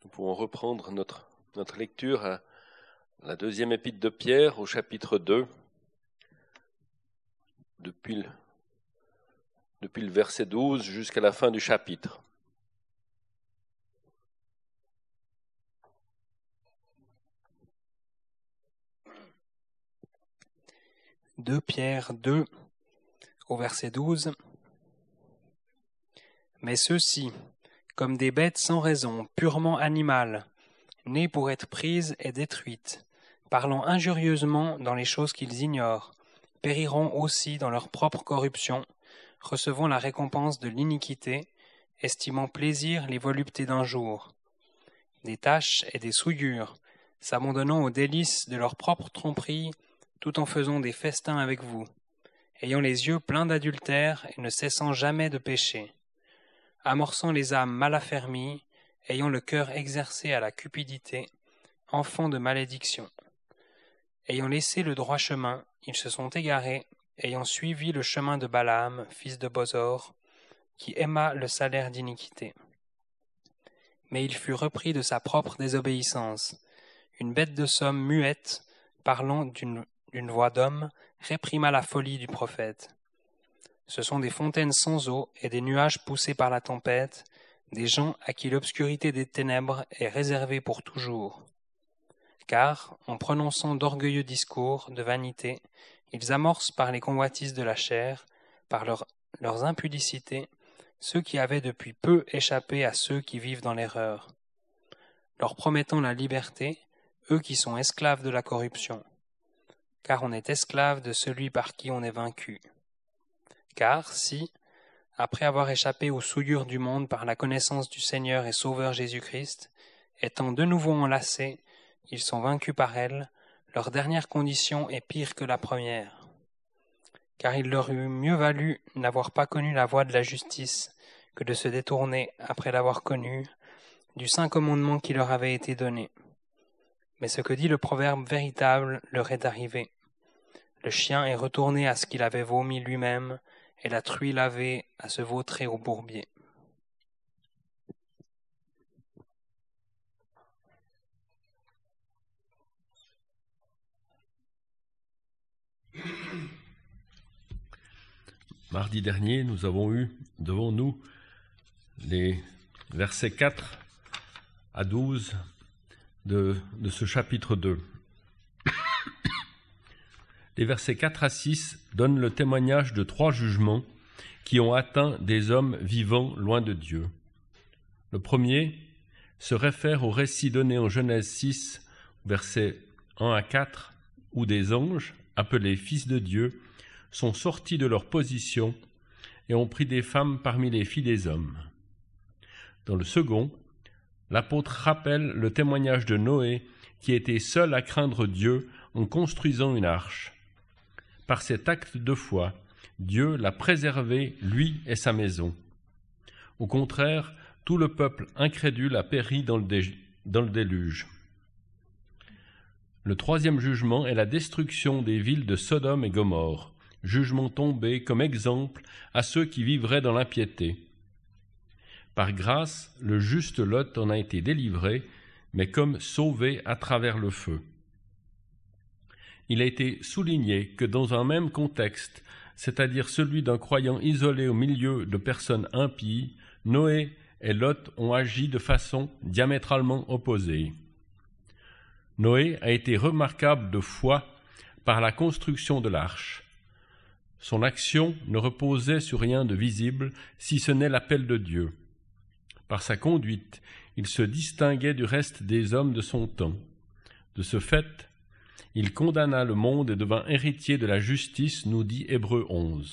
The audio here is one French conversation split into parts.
pouvons reprendre notre lecture à la deuxième épître de Pierre, au chapitre 2, depuis le verset 12 jusqu'à la fin du chapitre. « 2 Pierre 2, au verset 12. Mais ceux-ci, comme des bêtes sans raison, purement animales, nées pour être prises et détruites, parlant injurieusement dans les choses qu'ils ignorent, périront aussi dans leur propre corruption, recevant la récompense de l'iniquité, estimant plaisir les voluptés d'un jour, des taches et des souillures, s'abandonnant aux délices de leur propre tromperie, tout en faisant des festins avec vous, ayant les yeux pleins d'adultère et ne cessant jamais de pécher, amorçant les âmes mal affermies, ayant le cœur exercé à la cupidité, enfants de malédiction. Ayant laissé le droit chemin, ils se sont égarés, ayant suivi le chemin de Balaam, fils de Bosor, qui aima le salaire d'iniquité. Mais il fut repris de sa propre désobéissance. Une bête de somme muette, parlant d'une voix d'homme, réprima la folie du prophète. Ce sont des fontaines sans eau et des nuages poussés par la tempête, des gens à qui l'obscurité des ténèbres est réservée pour toujours. Car, en prononçant d'orgueilleux discours de vanité, ils amorcent par les convoitises de la chair, par leurs impudicités, ceux qui avaient depuis peu échappé à ceux qui vivent dans l'erreur, leur promettant la liberté, eux qui sont esclaves de la corruption. Car on est esclave de celui par qui on est vaincu. Car si, après avoir échappé aux souillures du monde par la connaissance du Seigneur et Sauveur Jésus-Christ, étant de nouveau enlacés, ils sont vaincus par elle, leur dernière condition est pire que la première. Car il leur eût mieux valu n'avoir pas connu la voie de la justice que de se détourner, après l'avoir connue, du saint commandement qui leur avait été donné. Mais ce que dit le proverbe véritable leur est arrivé. Le chien est retourné à ce qu'il avait vomi lui-même, et la truie lavée à se vautrer au bourbier. Mardi dernier, nous avons eu devant nous les versets 4 à 12 de ce chapitre 2. Les versets 4 à 6 donnent le témoignage de 3 jugements qui ont atteint des hommes vivant loin de Dieu. Le premier se réfère au récit donné en Genèse 6, versets 1 à 4, où des anges, appelés fils de Dieu, sont sortis de leur position et ont pris des femmes parmi les filles des hommes. Dans le second, l'apôtre rappelle le témoignage de Noé qui était seul à craindre Dieu en construisant une arche. Par cet acte de foi, Dieu l'a préservé, lui et sa maison. Au contraire, tout le peuple incrédule a péri dans le déluge. Le troisième jugement est la destruction des villes de Sodome et Gomorrhe, jugement tombé comme exemple à ceux qui vivraient dans l'impiété. Par grâce, le juste Lot en a été délivré, mais comme sauvé à travers le feu. Il a été souligné que dans un même contexte, c'est-à-dire celui d'un croyant isolé au milieu de personnes impies, Noé et Lot ont agi de façon diamétralement opposée. Noé a été remarquable de foi par la construction de l'arche. Son action ne reposait sur rien de visible, si ce n'est l'appel de Dieu. Par sa conduite, il se distinguait du reste des hommes de son temps. De ce fait, il condamna le monde et devint héritier de la justice, nous dit Hébreux 11.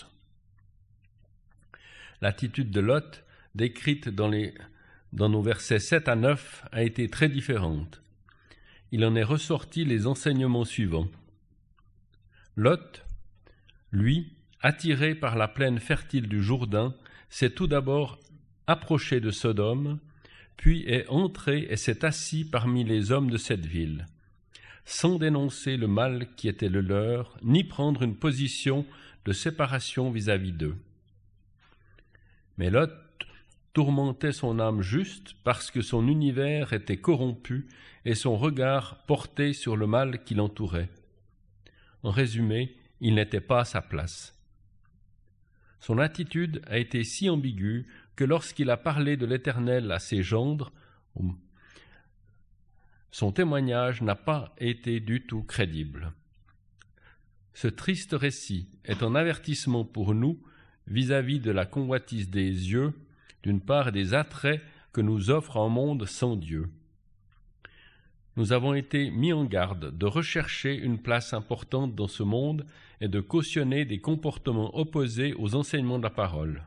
L'attitude de Lot, décrite dans nos versets 7 à 9, a été très différente. Il en est ressorti les enseignements suivants. Lot, lui, attiré par la plaine fertile du Jourdain, s'est tout d'abord approché de Sodome, puis est entré et s'est assis parmi les hommes de cette ville, sans dénoncer le mal qui était le leur, ni prendre une position de séparation vis-à-vis d'eux. Mais Lot, tourmentait son âme juste parce que son univers était corrompu et son regard porté sur le mal qui l'entourait. En résumé, il n'était pas à sa place. Son attitude a été si ambiguë que lorsqu'il a parlé de l'Éternel à ses gendres, son témoignage n'a pas été du tout crédible. Ce triste récit est un avertissement pour nous vis-à-vis de la convoitise des yeux, d'une part, et des attraits que nous offre un monde sans Dieu. Nous avons été mis en garde de rechercher une place importante dans ce monde et de cautionner des comportements opposés aux enseignements de la parole.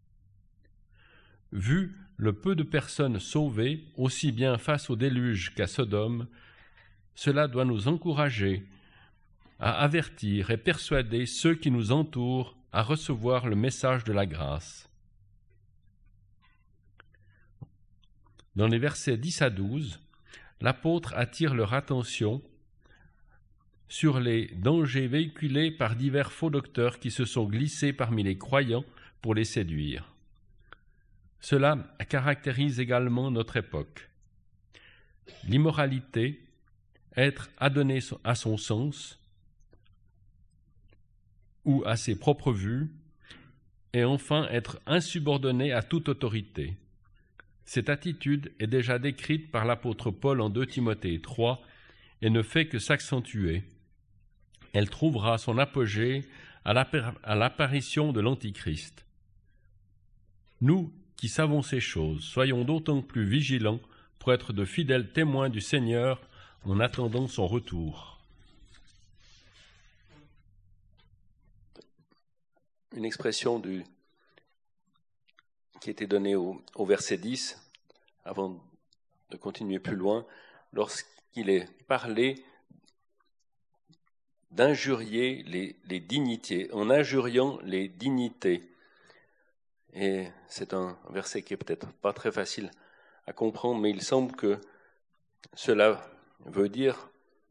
Vu le peu de personnes sauvées, aussi bien face au déluge qu'à Sodome, cela doit nous encourager à avertir et persuader ceux qui nous entourent à recevoir le message de la grâce. Dans les versets 10 à 12, l'apôtre attire leur attention sur les dangers véhiculés par divers faux docteurs qui se sont glissés parmi les croyants pour les séduire. Cela caractérise également notre époque. L'immoralité, être adonné à son sens ou à ses propres vues, et enfin être insubordonné à toute autorité. Cette attitude est déjà décrite par l'apôtre Paul en 2 Timothée 3 et ne fait que s'accentuer. Elle trouvera son apogée à l'apparition de l'Antichrist. Nous qui savons ces choses, soyons d'autant plus vigilants pour être de fidèles témoins du Seigneur en attendant son retour. Une expression qui était donnée au verset 10, avant de continuer plus loin, lorsqu'il est parlé d'injurier les dignités, en injuriant les dignités. Et c'est un verset qui est peut-être pas très facile à comprendre, mais il semble que cela veut dire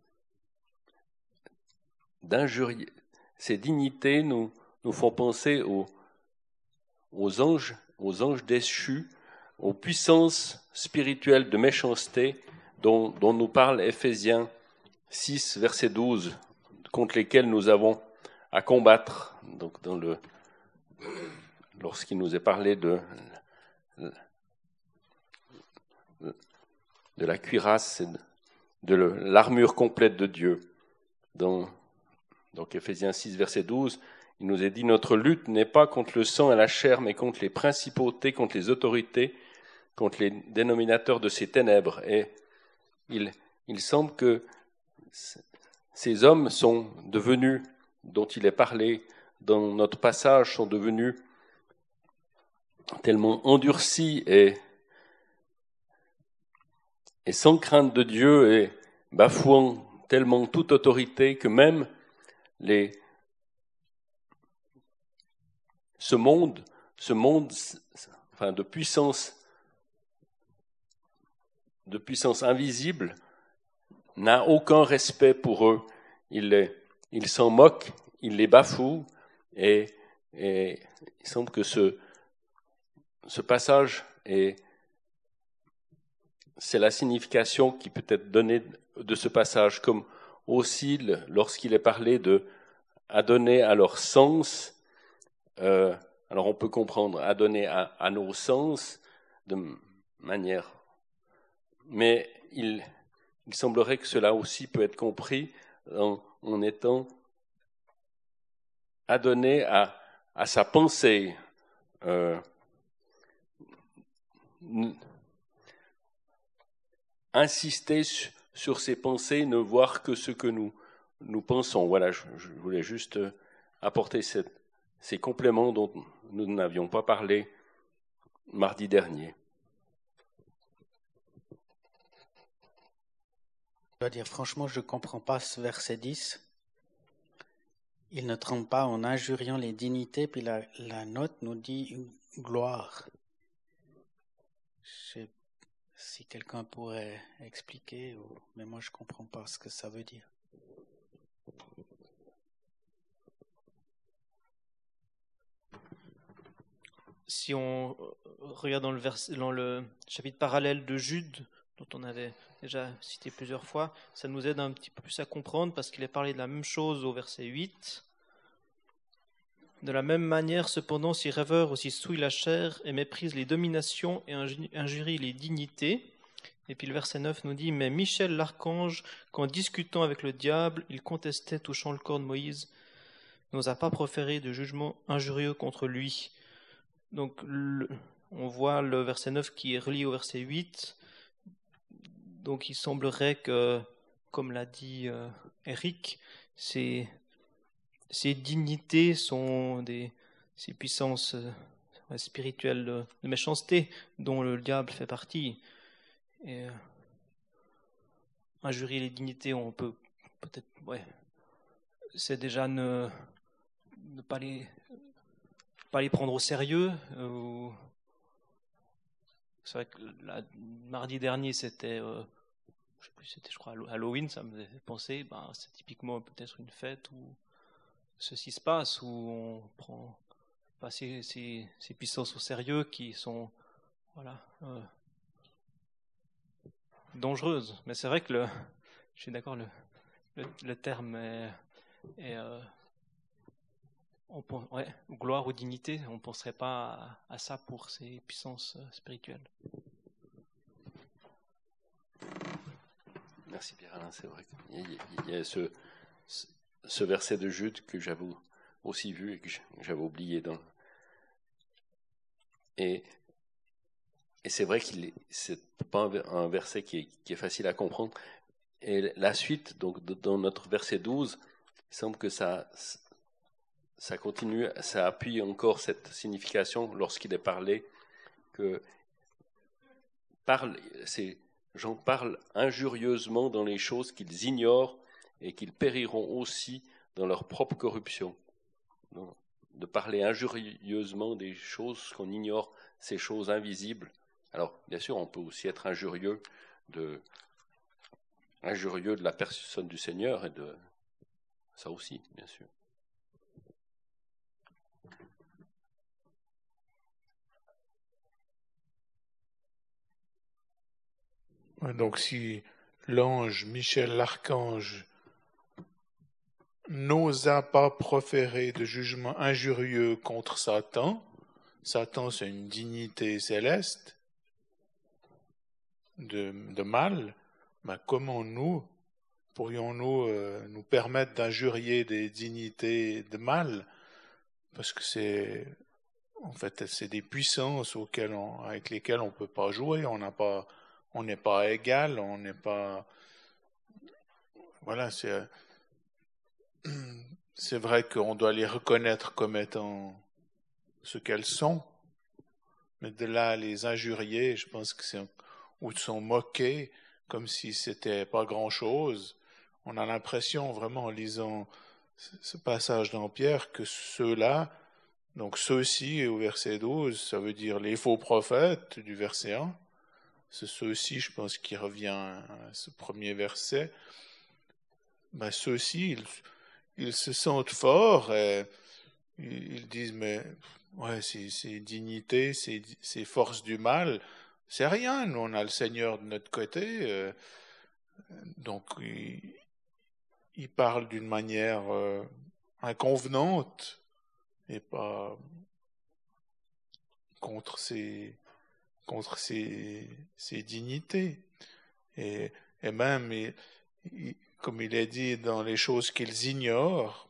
d'injurier. Ces dignités nous font penser aux anges déchus, aux puissances spirituelles de méchanceté dont nous parle Éphésiens 6, verset 12, contre lesquels nous avons à combattre. Donc lorsqu'il nous est parlé de la cuirasse et de l'armure complète de Dieu. Donc Éphésiens 6, verset 12, il nous est dit « Notre lutte n'est pas contre le sang et la chair, mais contre les principautés, contre les autorités, contre les dénominateurs de ces ténèbres. » Et il semble que ces hommes sont devenus, dont il est parlé dans notre passage, sont devenus tellement endurcis et sans crainte de Dieu et bafouant tellement toute autorité que même ce monde enfin, de puissance invisible n'a aucun respect pour eux. Il s'en moque, il les bafoue et il semble que ce passage c'est la signification qui peut être donnée de ce passage, comme aussi lorsqu'il est parlé de adonner à leur sens. Alors on peut comprendre adonner à nos sens de manière, mais il semblerait que cela aussi peut être compris en étant adonné à sa pensée. Insister sur ses pensées, ne voir que ce que nous pensons. Voilà, je voulais juste apporter ces compléments dont nous n'avions pas parlé mardi dernier. Je dois dire, franchement, je ne comprends pas ce verset 10. Il ne trompe pas en injuriant les dignités, puis la note nous dit gloire. Je sais si quelqu'un pourrait expliquer, mais moi je ne comprends pas ce que ça veut dire. Si on regarde dans le chapitre parallèle de Jude, dont on avait déjà cité plusieurs fois, ça nous aide un petit peu plus à comprendre parce qu'il est parlé de la même chose au verset 8. De la même manière, cependant, si rêveur aussi souille la chair et méprise les dominations et injurie les dignités. Et puis le verset 9 nous dit « Mais Michel l'archange, qu'en discutant avec le diable, il contestait touchant le corps de Moïse, n'osa pas proférer de jugement injurieux contre lui. » Donc on voit le verset 9 qui est relié au verset 8. Donc il semblerait que, comme l'a dit Eric, ces dignités sont ces puissances spirituelles de méchanceté dont le diable fait partie. Et injurier les dignités, on peut peut-être, c'est déjà ne pas les prendre au sérieux. C'est vrai que mardi dernier, c'était, je crois, Halloween, ça me faisait penser, c'est typiquement peut-être une fête où ceci se passe, où on prend pas ces puissances au sérieux qui sont, dangereuses. Mais c'est vrai que je suis d'accord, le terme est gloire ou dignité, on ne penserait pas à ça pour ces puissances spirituelles. Merci Pierre-Alain, c'est vrai qu'il y a ce verset de Jude que j'avais aussi vu et que j'avais oublié. Et c'est vrai c'est pas un verset qui est facile à comprendre. Et la suite, donc dans notre verset 12, il semble que ça continue, ça appuie encore cette signification lorsqu'il est parlé que ces gens parlent injurieusement dans les choses qu'ils ignorent et qu'ils périront aussi dans leur propre corruption. Donc, de parler injurieusement des choses qu'on ignore, ces choses invisibles. Alors, bien sûr, on peut aussi être injurieux de la personne du Seigneur et de ça aussi, bien sûr. Donc si l'ange Michel l'archange n'osa pas proférer de jugement injurieux contre Satan, Satan c'est une dignité céleste de mal, comment pourrions-nous nous permettre d'injurier des dignités de mal? Parce que c'est des puissances avec lesquelles on ne peut pas jouer, on n'est pas égal, on n'est pas... Voilà, c'est vrai qu'on doit les reconnaître comme étant ce qu'elles sont, mais de là les injurier, je pense que ou de s'en moquer comme si c'était pas grand-chose. On a l'impression, vraiment, en lisant ce passage dans Pierre, que ceux-là, donc ceux-ci au verset 12, ça veut dire les faux prophètes du verset 1, c'est ceux-ci, je pense, qui revient à ce premier verset. Ceux-ci, ils se sentent forts et ils disent, mais ces dignités, ces forces du mal, c'est rien, nous on a le Seigneur de notre côté. Donc ils parlent d'une manière inconvenante et pas contre ces dignités. Et même, comme il est dit, dans les choses qu'ils ignorent,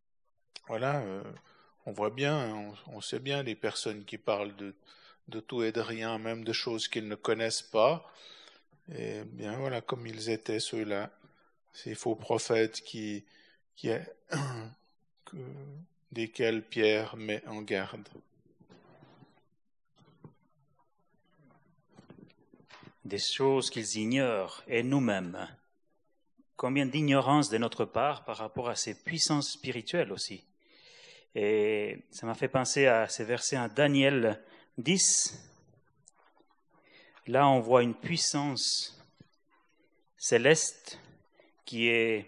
on voit bien, on sait bien les personnes qui parlent de tout et de rien, même de choses qu'ils ne connaissent pas. Et bien voilà, comme ils étaient ceux-là, ces faux prophètes desquels Pierre met en garde. Des choses qu'ils ignorent, et nous-mêmes. Combien d'ignorance de notre part par rapport à ces puissances spirituelles aussi. Et ça m'a fait penser à ces versets en Daniel 10. Là, on voit une puissance céleste qui est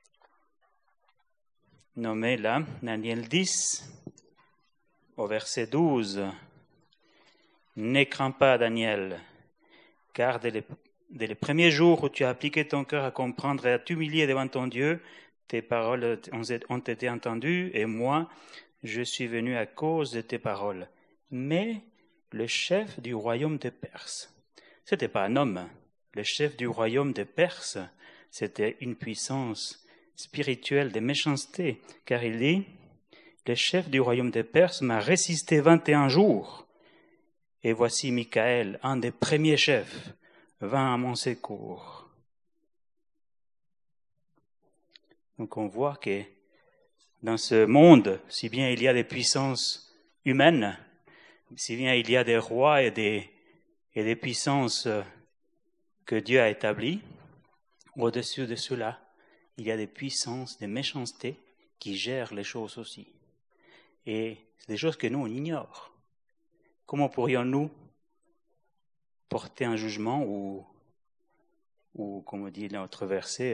nommée là, Daniel 10, au verset 12. Ne crains pas, Daniel, car dès les premiers jours où tu as appliqué ton cœur à comprendre et à t'humilier devant ton Dieu, tes paroles ont été entendues, et moi, je suis venu à cause de tes paroles. Mais le chef du royaume de Perse, ce n'était pas un homme. Le chef du royaume de Perse, c'était une puissance spirituelle de méchanceté, car il dit, le chef du royaume de Perse m'a résisté 21 jours. Et voici Michael, un des premiers chefs, vint à mon secours. Donc on voit que dans ce monde, si bien il y a des puissances humaines, si bien il y a des rois et des puissances que Dieu a établies, au-dessus de cela, il y a des puissances de méchanceté qui gèrent les choses aussi. Et c'est des choses que nous, on ignore. Comment pourrions-nous porter un jugement ou comme on dit dans notre verset,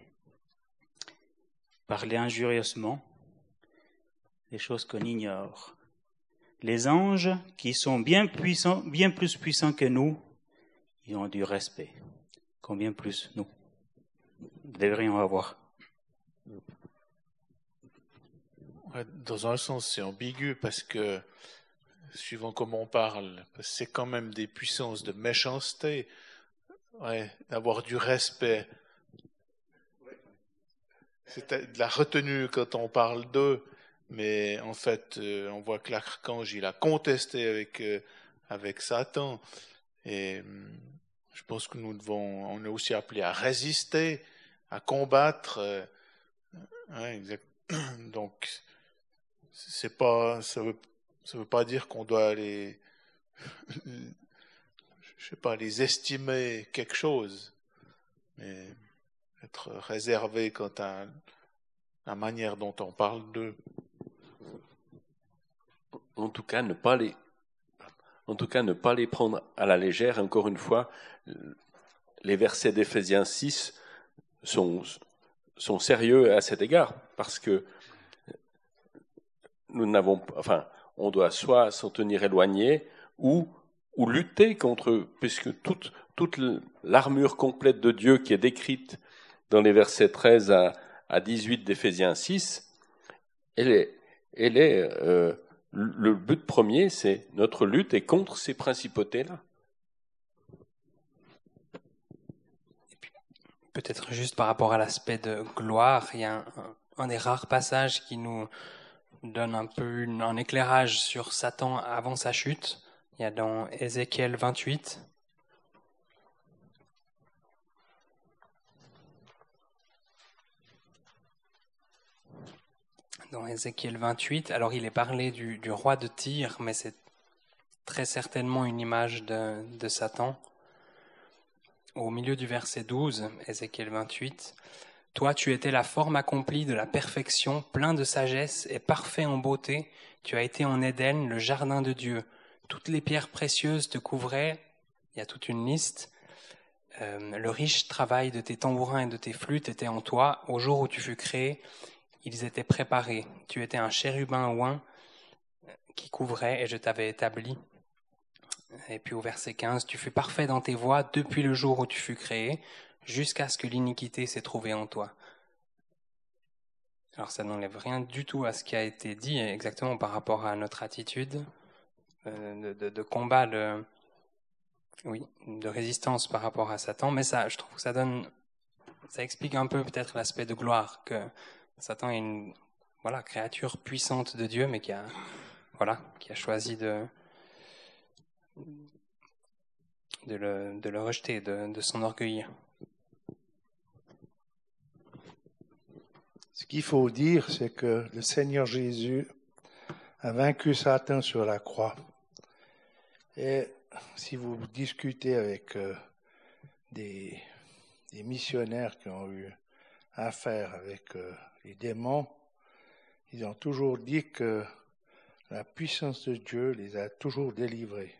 parler injurieusement des choses qu'on ignore. Les anges, qui sont bien puissants, bien plus puissants que nous, ils ont du respect. Combien plus nous devrions avoir. Dans un sens, c'est ambigu parce que, suivant comment on parle, c'est quand même des puissances de méchanceté. Ouais, d'avoir du respect. C'est de la retenue quand on parle d'eux, mais en fait, on voit que l'archange, il a contesté avec Satan. Et je pense que on est aussi appelé à résister, à combattre. Donc, ça veut pas dire qu'on doit les estimer quelque chose, mais être réservé quant à la manière dont on parle d'eux. En tout cas, ne pas les prendre à la légère. Encore une fois, les versets d'Éphésiens 6 sont sérieux à cet égard, parce que on doit soit s'en tenir éloigné ou lutter contre eux, puisque toute l'armure complète de Dieu qui est décrite dans les versets 13 à 18 d'Éphésiens 6, le but premier, c'est notre lutte est contre ces principautés-là. Et puis, peut-être juste par rapport à l'aspect de gloire, il y a un des rares passages qui nous donne un peu un éclairage sur Satan avant sa chute. Il y a dans Ézéchiel 28. Dans Ézéchiel 28, alors il est parlé du roi de Tyr, mais c'est très certainement une image de Satan. Au milieu du verset 12, Ézéchiel 28, « Toi, tu étais la forme accomplie de la perfection, plein de sagesse et parfait en beauté. Tu as été en Éden, le jardin de Dieu. Toutes les pierres précieuses te couvraient. » Il y a toute une liste. Le riche travail de tes tambourins et de tes flûtes était en toi. Au jour où tu fus créé, ils étaient préparés. Tu étais un chérubin oint qui couvrait et je t'avais établi. Et puis au verset 15, « Tu fus parfait dans tes voies depuis le jour où tu fus créé, jusqu'à ce que l'iniquité s'est trouvée en toi. » Alors ça n'enlève rien du tout à ce qui a été dit, exactement par rapport à notre attitude de combat, de résistance par rapport à Satan, mais ça, je trouve que ça explique un peu peut-être l'aspect de gloire, que Satan est une créature puissante de Dieu, mais qui a choisi de le rejeter, de s'enorgueillir. Ce qu'il faut dire, c'est que le Seigneur Jésus a vaincu Satan sur la croix. Et si vous discutez avec des missionnaires qui ont eu affaire avec les démons, ils ont toujours dit que la puissance de Dieu les a toujours délivrés.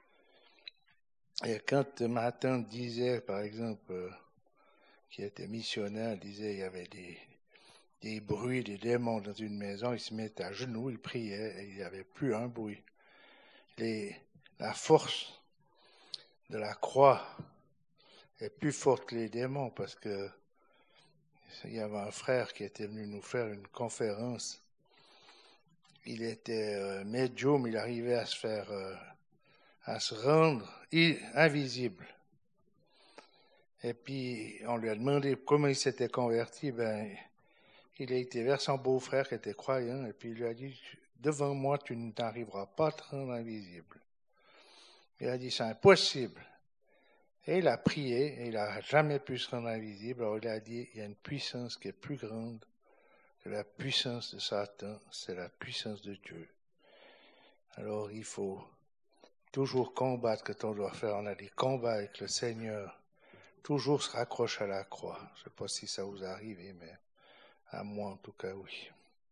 Et quand Martin disait, par exemple, qui était missionnaire, disait qu'il y avait des bruits, des démons dans une maison, il se mettait à genoux, il priait et il n'y avait plus un bruit. la force de la croix est plus forte que les démons, parce que il y avait un frère qui était venu nous faire une conférence. Il était médium, il arrivait à se rendre invisible. Et puis, on lui a demandé comment il s'était converti. Il a été vers son beau-frère qui était croyant, et puis il lui a dit, devant moi, tu ne t'arriveras pas à te rendre invisible. Il a dit, c'est impossible. Et il a prié, et il n'a jamais pu se rendre invisible. Alors il a dit, il y a une puissance qui est plus grande que la puissance de Satan, c'est la puissance de Dieu. Alors il faut toujours combattre quand on doit faire. On a des combats avec le Seigneur. Toujours se raccroche à la croix. Je ne sais pas si ça vous arrive, mais à moi en tout cas, oui.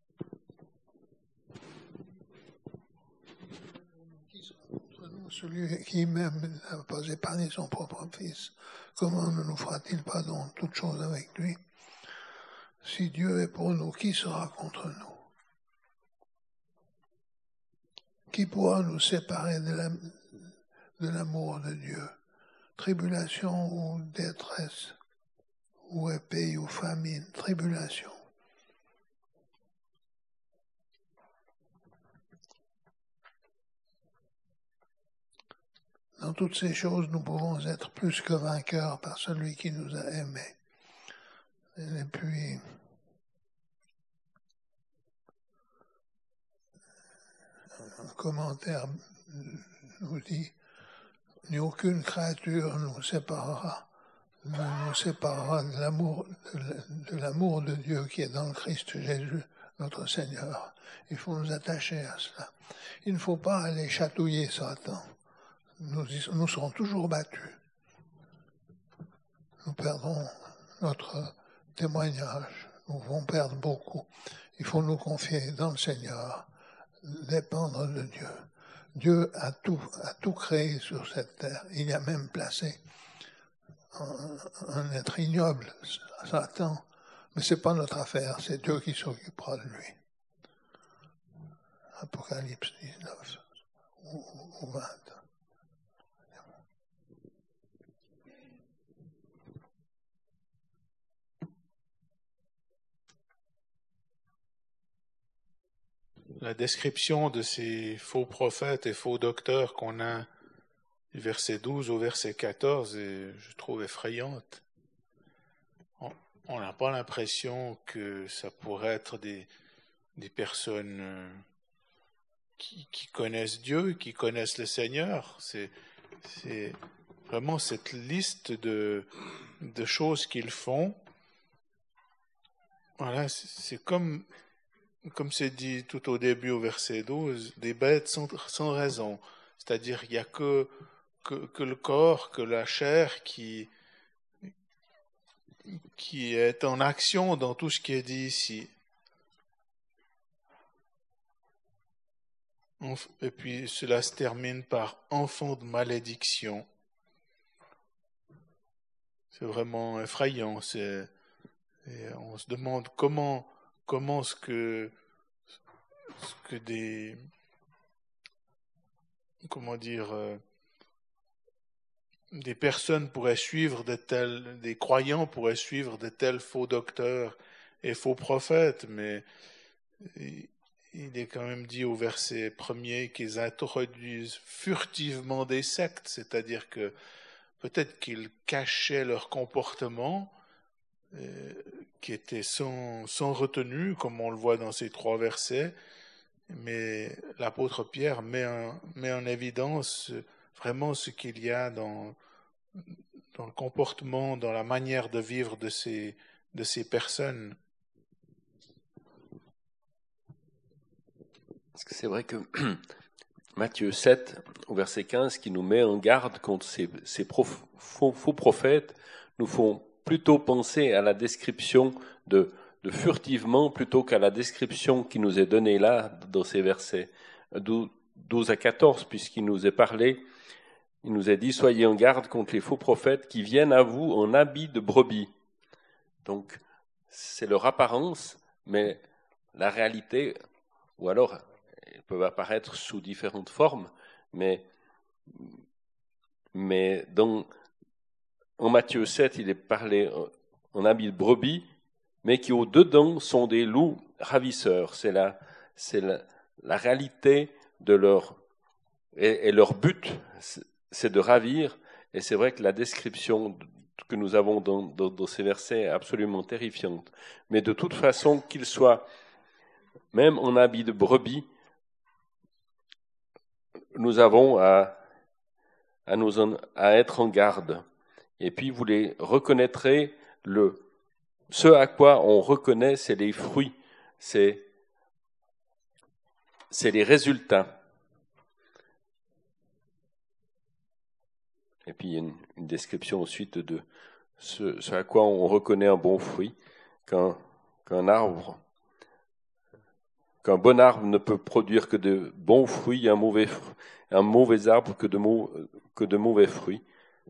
Celui qui même n'a pas épargné son propre fils, comment ne nous fera-t-il pas donc toutes choses avec lui? Si Dieu est pour nous, qui sera contre nous? Qui pourra nous séparer de l'amour de Dieu? Tribulation ou détresse, ou épée ou famine, tribulation. Dans toutes ces choses, nous pouvons être plus que vainqueurs par celui qui nous a aimés. Et puis, un commentaire nous dit, « Aucune créature nous séparera de l'amour de Dieu qui est dans le Christ Jésus, notre Seigneur. » Il faut nous attacher à cela. Il ne faut pas aller chatouiller Satan. Nous serons toujours battus. Nous perdrons notre témoignage. Nous vont perdre beaucoup. Il faut nous confier dans le Seigneur, dépendre de Dieu. Dieu a tout créé sur cette terre. Il a même placé un être ignoble, Satan. Mais ce n'est pas notre affaire, c'est Dieu qui s'occupera de lui. Apocalypse 19 ou 20. La description de ces faux prophètes et faux docteurs qu'on a du verset 12 au verset 14 est, je trouve, effrayante. On n'a pas l'impression que ça pourrait être des personnes qui connaissent Dieu, qui connaissent le Seigneur. C'est vraiment cette liste de choses qu'ils font. Voilà, c'est comme c'est dit tout au début au verset 12, des bêtes sans raison. C'est-à-dire qu'il n'y a que le corps, que la chair qui est en action dans tout ce qui est dit ici. Et puis cela se termine par enfant de malédiction. C'est vraiment effrayant. Et on se demande comment ce que des des personnes pourraient suivre des croyants pourraient suivre de tels faux docteurs et faux prophètes, mais il est quand même dit au verset 1er qu'ils introduisent furtivement des sectes, c'est-à-dire que peut-être qu'ils cachaient leur comportement qui était sans retenue, comme on le voit dans ces 3 versets, mais l'apôtre Pierre met en évidence vraiment ce qu'il y a dans le comportement, dans la manière de vivre de ces personnes. Parce que c'est vrai que Matthieu 7, au verset 15, qui nous met en garde contre ces faux prophètes, nous font plutôt penser à la description de furtivement plutôt qu'à la description qui nous est donnée là dans ces versets 12 à 14, puisqu'il nous est parlé, il nous est dit « Soyez en garde contre les faux prophètes qui viennent à vous en habit de brebis ». Donc, c'est leur apparence, mais la réalité, ou alors, ils peuvent apparaître sous différentes formes, mais Mais en Matthieu 7, il est parlé en habits de brebis, mais qui au-dedans sont des loups ravisseurs. C'est la réalité de leur... Et leur but, c'est de ravir. Et c'est vrai que la description que nous avons dans ces versets est absolument terrifiante. Mais de toute façon, qu'ils soient même en habits de brebis, nous avons à être en garde. Et puis vous les reconnaîtrez, ce à quoi on reconnaît, c'est les fruits, c'est les résultats. Et puis il y a une description ensuite de ce à quoi on reconnaît un bon fruit, qu'un bon arbre ne peut produire que de bons fruits, un mauvais arbre que de mauvais fruits.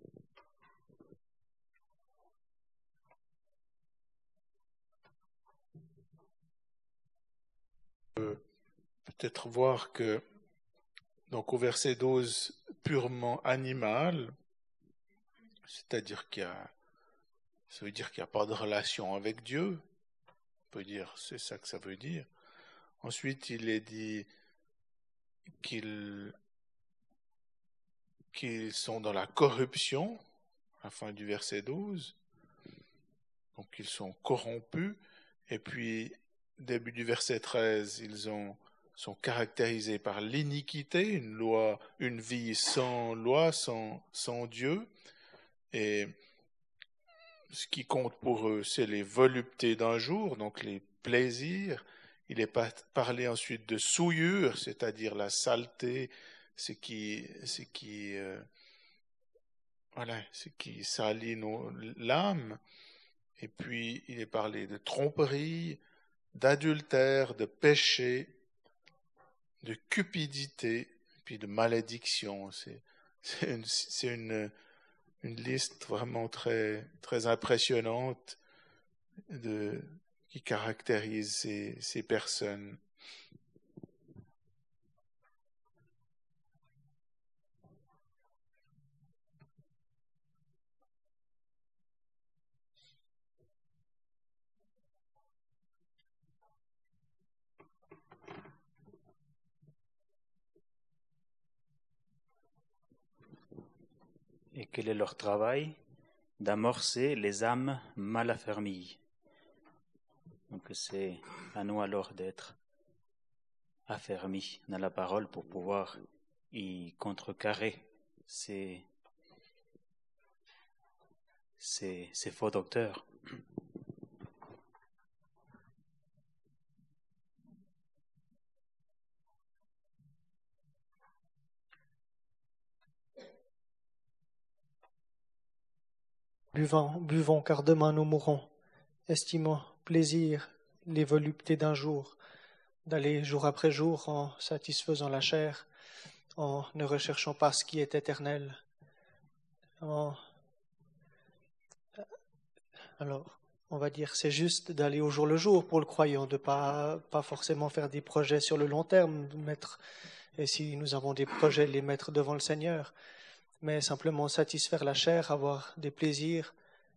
Peut-être voir que, donc au verset 12, purement animal, c'est-à-dire ça veut dire qu'il n'y a pas de relation avec Dieu. On peut dire, c'est ça que ça veut dire. Ensuite, il est dit qu'ils sont dans la corruption, à la fin du verset 12. Donc, ils sont corrompus. Et puis, début du verset 13, ils sont caractérisés par l'iniquité, une vie sans loi, sans Dieu. Et ce qui compte pour eux, c'est les voluptés d'un jour, donc les plaisirs. Il est parlé ensuite de souillure, c'est-à-dire la saleté, ce qui salit l'âme. Et puis, il est parlé de tromperie, d'adultère, de péché, de cupidité, puis de malédiction. C'est une liste vraiment très, très impressionnante qui caractérise ces personnes. Et quel est leur travail? D'amorcer les âmes mal affermies. Donc c'est à nous alors d'être affermis dans la parole pour pouvoir y contrecarrer ces faux docteurs. Buvons, car demain nous mourrons, estimant plaisir les voluptés d'un jour, d'aller jour après jour en satisfaisant la chair, en ne recherchant pas ce qui est éternel. Alors, on va dire, c'est juste d'aller au jour le jour pour le croyant, de pas forcément faire des projets sur le long terme, et si nous avons des projets, les mettre devant le Seigneur. Mais simplement satisfaire la chair, avoir des plaisirs.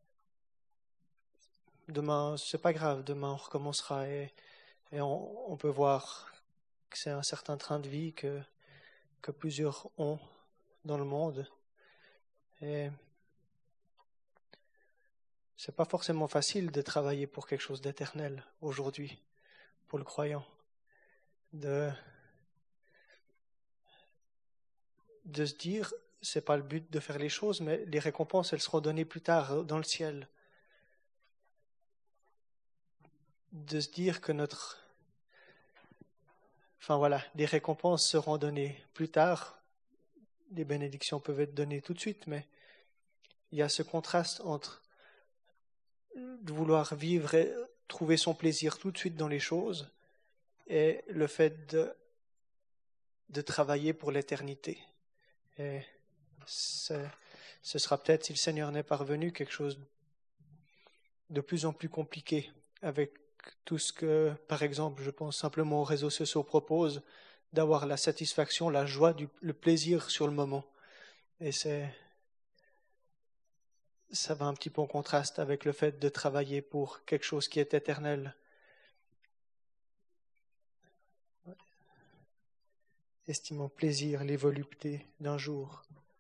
Demain, c'est pas grave, demain on recommencera et on peut voir que c'est un certain train de vie que plusieurs ont dans le monde. Et c'est pas forcément facile de travailler pour quelque chose d'éternel aujourd'hui, pour le croyant. De se dire, c'est pas le but de faire les choses, mais les récompenses, elles seront données plus tard dans le ciel. De se dire que les récompenses seront données plus tard. Les bénédictions peuvent être données tout de suite, mais il y a ce contraste entre de vouloir vivre et trouver son plaisir tout de suite dans les choses et le fait de travailler pour l'éternité. Et ce sera peut-être, si le Seigneur n'est pas revenu, quelque chose de plus en plus compliqué avec tout ce que, par exemple, je pense simplement aux réseaux sociaux proposent, d'avoir la satisfaction, la joie, le plaisir sur le moment. Et ça va un petit peu en contraste avec le fait de travailler pour quelque chose qui est éternel. Estimant plaisir les voluptés d'un jour.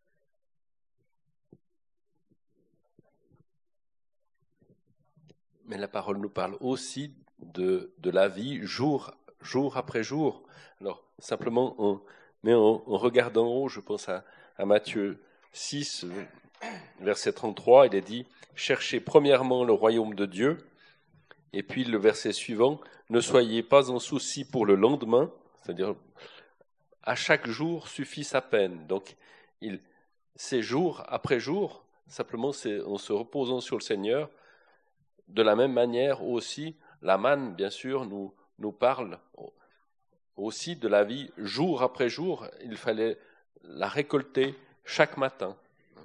Mais la parole nous parle aussi de la vie jour après jour. Alors, simplement, en regardant en haut, je pense à Matthieu 6, verset 33, il est dit « Cherchez premièrement le royaume de Dieu ». Et puis le verset suivant « Ne soyez pas en souci pour le lendemain », c'est-à-dire à chaque jour suffit sa peine. Donc, c'est jour après jour, simplement c'est en se reposant sur le Seigneur. De la même manière aussi, la manne, bien sûr, nous parle aussi de la vie jour après jour. Il fallait la récolter chaque matin.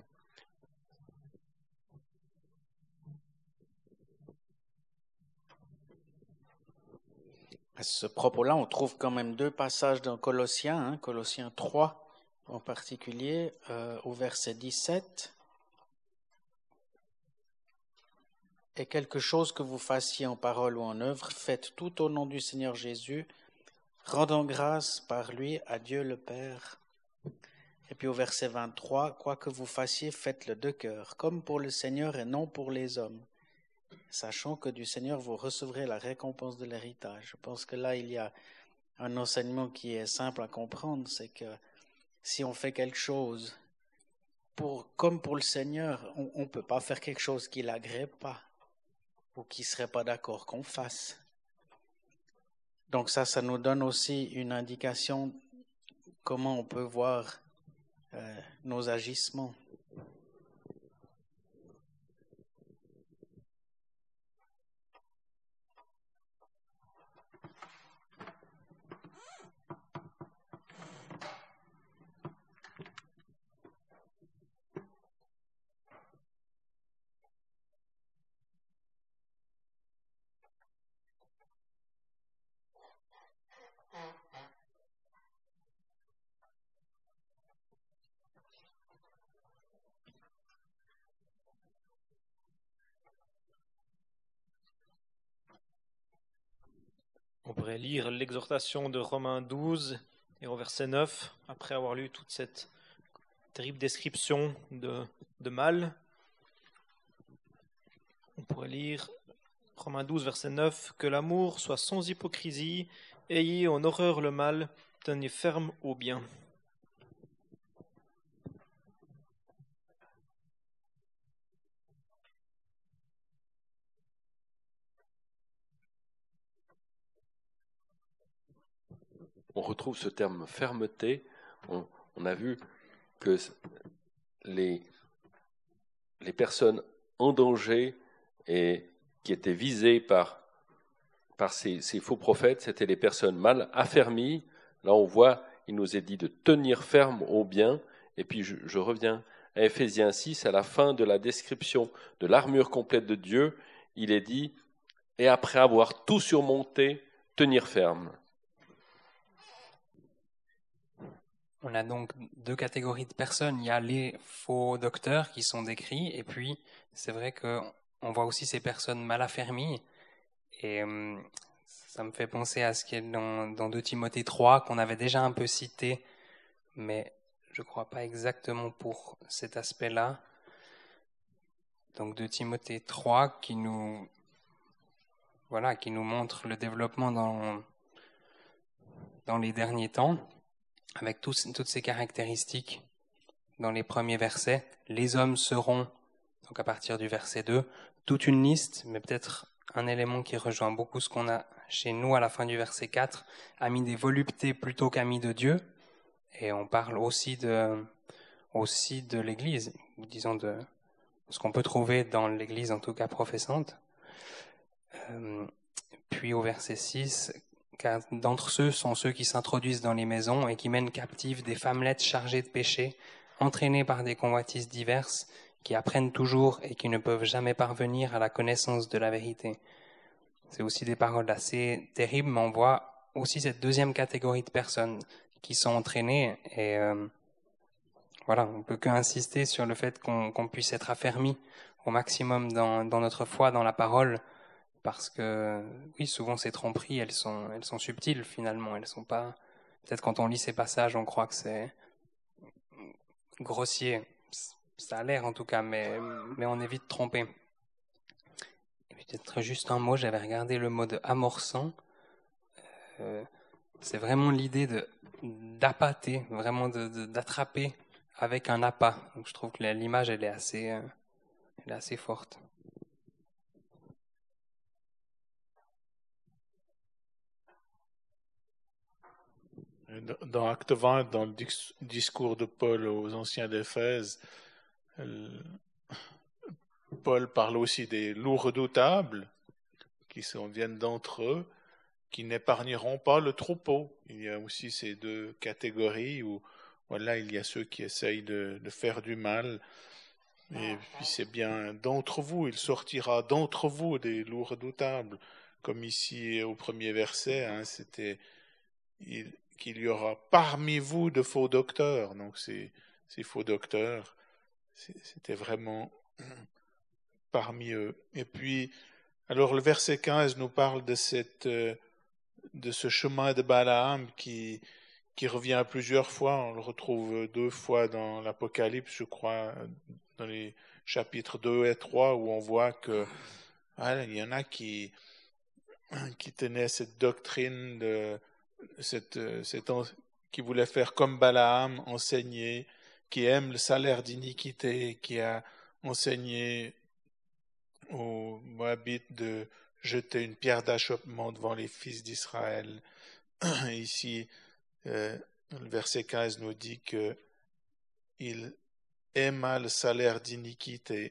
À ce propos-là, on trouve quand même deux passages dans Colossiens, Colossiens 3 en particulier, au verset 17. Et quelque chose que vous fassiez en parole ou en œuvre, faites tout au nom du Seigneur Jésus, rendant grâce par lui à Dieu le Père. Et puis au verset 23, quoi que vous fassiez, faites-le de cœur, comme pour le Seigneur et non pour les hommes, sachant que du Seigneur vous recevrez la récompense de l'héritage. Je pense que là, il y a un enseignement qui est simple à comprendre, c'est que si on fait quelque chose comme pour le Seigneur, on ne peut pas faire quelque chose qui ne l'agrée pas ou qui ne serait pas d'accord qu'on fasse. Donc ça nous donne aussi une indication comment on peut voir nos agissements. On pourrait lire l'exhortation de Romains 12 et au verset 9, après avoir lu toute cette terrible description de mal. On pourrait lire Romains 12, verset 9, « Que l'amour soit sans hypocrisie, ayez en horreur le mal, tenez ferme au bien. » On retrouve ce terme fermeté. On a vu que les personnes en danger et qui étaient visées par ces faux prophètes, c'était les personnes mal affermies. Là, on voit, il nous est dit de tenir ferme au bien. Et puis, je reviens à Éphésiens 6, à la fin de la description de l'armure complète de Dieu, il est dit « Et après avoir tout surmonté, tenir ferme ». On a donc deux catégories de personnes. Il y a les faux docteurs qui sont décrits, et puis c'est vrai qu'on voit aussi ces personnes mal affermies. Et ça me fait penser à ce qui est dans 2 Timothée 3, qu'on avait déjà un peu cité, mais je ne crois pas exactement pour cet aspect-là. Donc 2 Timothée 3 qui nous montre le développement dans les derniers temps, avec toutes ces caractéristiques dans les premiers versets. Les hommes seront, donc à partir du verset 2, toute une liste, mais peut-être un élément qui rejoint beaucoup ce qu'on a chez nous à la fin du verset 4, amis des voluptés plutôt qu'amis de Dieu. Et on parle aussi de l'Église, disons de ce qu'on peut trouver dans l'Église, en tout cas professante. Puis au verset 6, car d'entre ceux sont ceux qui s'introduisent dans les maisons et qui mènent captives des femmelettes chargées de péché, entraînées par des convoitises diverses, qui apprennent toujours et qui ne peuvent jamais parvenir à la connaissance de la vérité. C'est aussi des paroles assez terribles, mais on voit aussi cette deuxième catégorie de personnes qui sont entraînées et voilà, on peut que insister sur le fait qu'on puisse être affermi au maximum dans notre foi, dans la parole, parce que oui, souvent ces tromperies, elles sont subtiles finalement, elles sont pas. Peut-être quand on lit ces passages, on croit que c'est grossier, ça a l'air en tout cas, mais on est vite trompé. Et peut-être juste un mot, j'avais regardé le mot de amorçant. C'est vraiment l'idée d'appâter, vraiment d'attraper avec un appât. Donc je trouve que l'image elle est assez forte. Dans Acte 20, dans le discours de Paul aux anciens d'Éphèse, Paul parle aussi des loups redoutables qui viennent d'entre eux, qui n'épargneront pas le troupeau. Il y a aussi ces deux catégories où voilà, il y a ceux qui essayent de faire du mal. Et puis c'est bien d'entre vous, il sortira d'entre vous des loups redoutables. Comme ici au premier verset, c'était qu'il y aura parmi vous de faux docteurs. Donc ces faux docteurs, c'était vraiment parmi eux. Et puis, alors le verset 15 nous parle de ce chemin de Balaam qui revient plusieurs fois. On le retrouve 2 fois dans l'Apocalypse, je crois, dans les chapitres 2 et 3, où on voit que voilà, il y en a qui tenaient cette doctrine qui voulait faire comme Balaam, enseigner, qui aime le salaire d'iniquité, qui a enseigné aux Moabites de jeter une pierre d'achoppement devant les fils d'Israël. Ici, le verset 15 nous dit qu'il aima le salaire d'iniquité.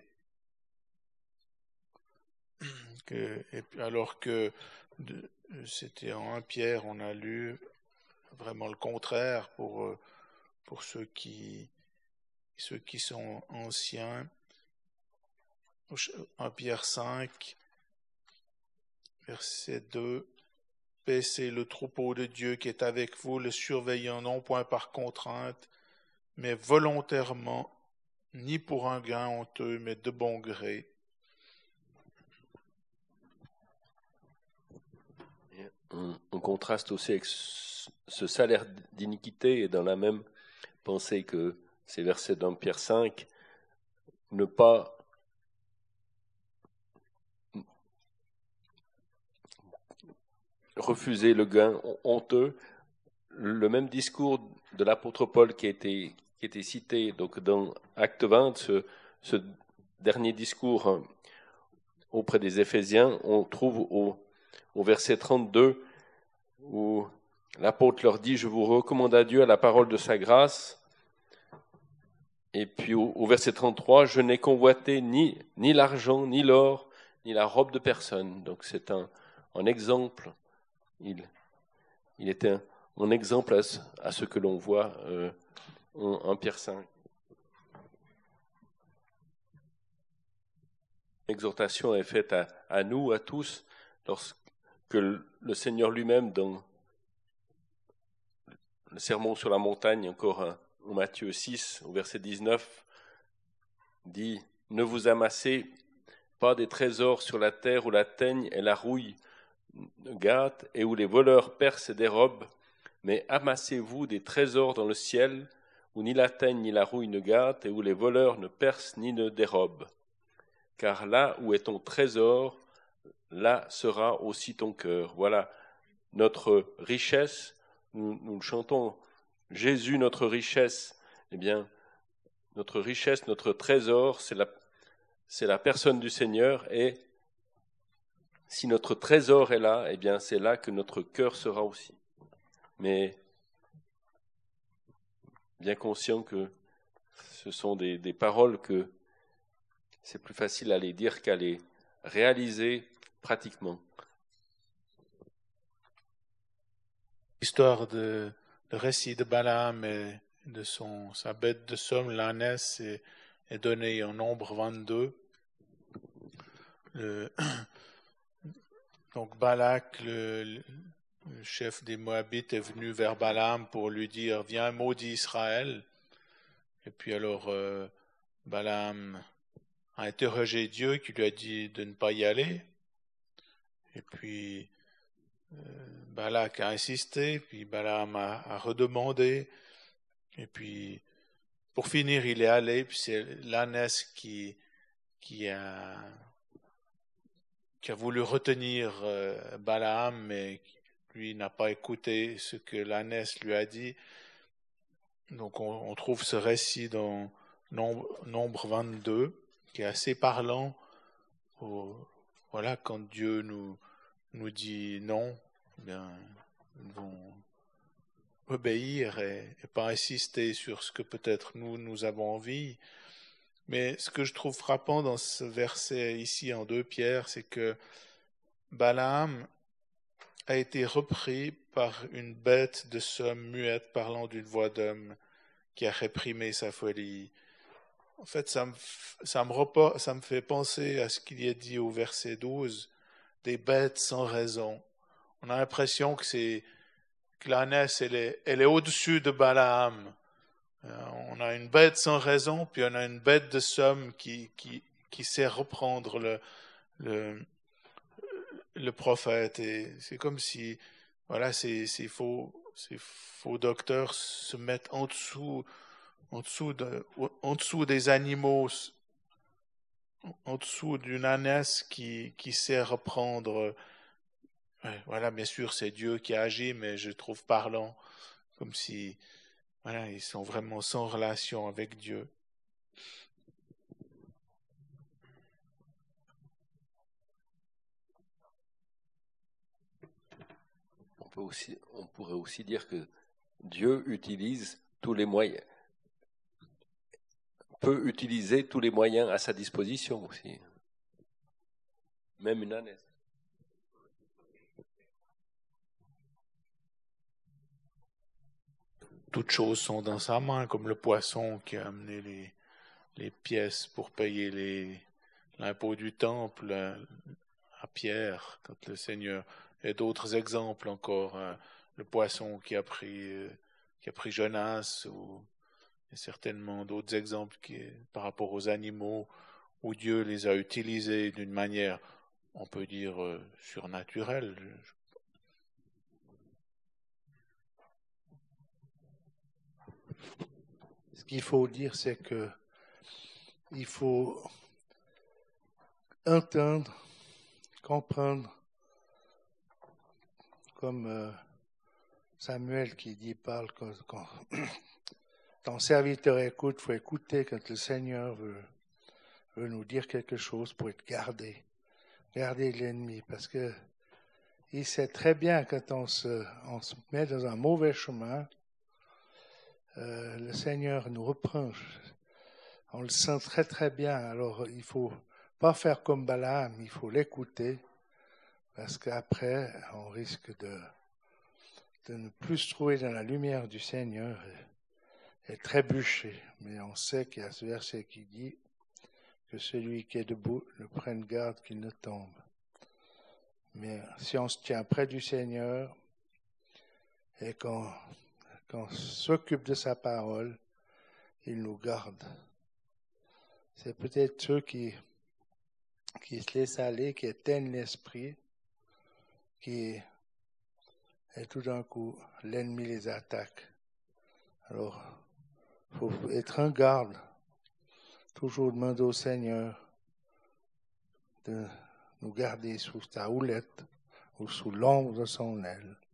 Alors que c'était en 1 Pierre, on a lu vraiment le contraire pour ceux qui sont anciens. 1 Pierre 5, verset 2, « Paissez le troupeau de Dieu qui est avec vous, le surveillant non point par contrainte, mais volontairement, ni pour un gain honteux, mais de bon gré. » On contraste aussi avec ce salaire d'iniquité et dans la même pensée que ces versets d'un Pierre 5, ne pas refuser le gain honteux. Le même discours de l'apôtre Paul qui était cité donc dans Acte 20, ce dernier discours auprès des Éphésiens, on trouve au verset 32 où l'apôtre leur dit « Je vous recommande à Dieu à la parole de sa grâce ». Et puis au verset 33, « Je n'ai convoité ni l'argent, ni l'or, ni la robe de personne ». Donc c'est un exemple. Il était un exemple à ce que l'on voit en Pierre 5. L'exhortation est faite à nous, à tous, lorsque le Seigneur lui-même, dans le sermon sur la montagne, encore en Matthieu 6, au verset 19, dit « Ne vous amassez pas des trésors sur la terre où la teigne et la rouille gâtent et où les voleurs percent et dérobent, mais amassez-vous des trésors dans le ciel où ni la teigne ni la rouille ne gâtent et où les voleurs ne percent ni ne dérobent. Car là où est ton trésor, là sera aussi ton cœur. » Voilà notre richesse. Nous chantons Jésus notre richesse. Eh bien, notre richesse, notre trésor, c'est la personne du Seigneur. Et si notre trésor est là, eh bien, c'est là que notre cœur sera aussi. Mais bien conscient que ce sont des paroles que c'est plus facile à les dire qu'à les réaliser pratiquement. L'histoire le récit de Balaam et de sa bête de somme, l'ânesse, est donnée en Nombre 22. Donc Balak, le chef des Moabites, est venu vers Balaam pour lui dire « Viens, maudis Israël ». Et puis alors, Balaam a interrogé Dieu qui lui a dit de ne pas y aller. Et puis, Balak a insisté, puis Balaam a redemandé. Et puis, pour finir, il est allé, puis c'est l'ânesse qui a voulu retenir Balaam, mais lui n'a pas écouté ce que l'ânesse lui a dit. Donc on trouve ce récit dans Nombre 22, qui est assez parlant. Voilà, quand Dieu nous dit non, eh bien, nous devons obéir et pas insister sur ce que peut-être nous avons envie. Mais ce que je trouve frappant dans ce verset ici en 2 Pierre, c'est que Balaam a été repris par une bête de somme muette parlant d'une voix d'homme qui a réprimé sa folie. En fait, ça me fait penser à ce qu'il y a dit au verset 12, des bêtes sans raison. On a l'impression que l'ânesse, elle est au-dessus de Balaam. On a une bête sans raison, puis on a une bête de somme qui sait reprendre le prophète. Et c'est comme si, voilà, ces faux docteurs se mettent en dessous des animaux, en dessous d'une ânesse qui sait reprendre. Voilà, bien sûr, c'est Dieu qui agit, mais je trouve parlant, comme si, voilà, ils sont vraiment sans relation avec Dieu. On pourrait aussi dire que Dieu utilise tous les moyens, peut utiliser tous les moyens à sa disposition aussi, même une ânesse. Toutes choses sont dans sa main, comme le poisson qui a amené les pièces pour payer l'impôt du temple à Pierre, quand le Seigneur... Et d'autres exemples encore, le poisson qui a pris Jonas, ou certainement d'autres exemples par rapport aux animaux, où Dieu les a utilisés d'une manière, on peut dire, surnaturelle. Ce qu'il faut dire, c'est que il faut entendre, comprendre, comme Samuel qui parle quand ton serviteur écoute, il faut écouter quand le Seigneur veut nous dire quelque chose pour être garder l'ennemi, parce que il sait très bien quand on se met dans un mauvais chemin, le Seigneur nous reprend. On le sent très très bien. Alors il faut pas faire comme Balaam, il faut l'écouter, parce qu'après on risque de ne plus se trouver dans la lumière du Seigneur et trébucher. Mais on sait qu'il y a ce verset qui dit que celui qui est debout ne prenne garde qu'il ne tombe. Mais si on se tient près du Seigneur et qu'on s'occupe de sa parole, il nous garde. C'est peut-être ceux qui se laissent aller, qui éteignent l'esprit, et tout d'un coup, l'ennemi les attaque. Alors, il faut être en garde, toujours demander au Seigneur de nous garder sous sa houlette ou sous l'ombre de son aile.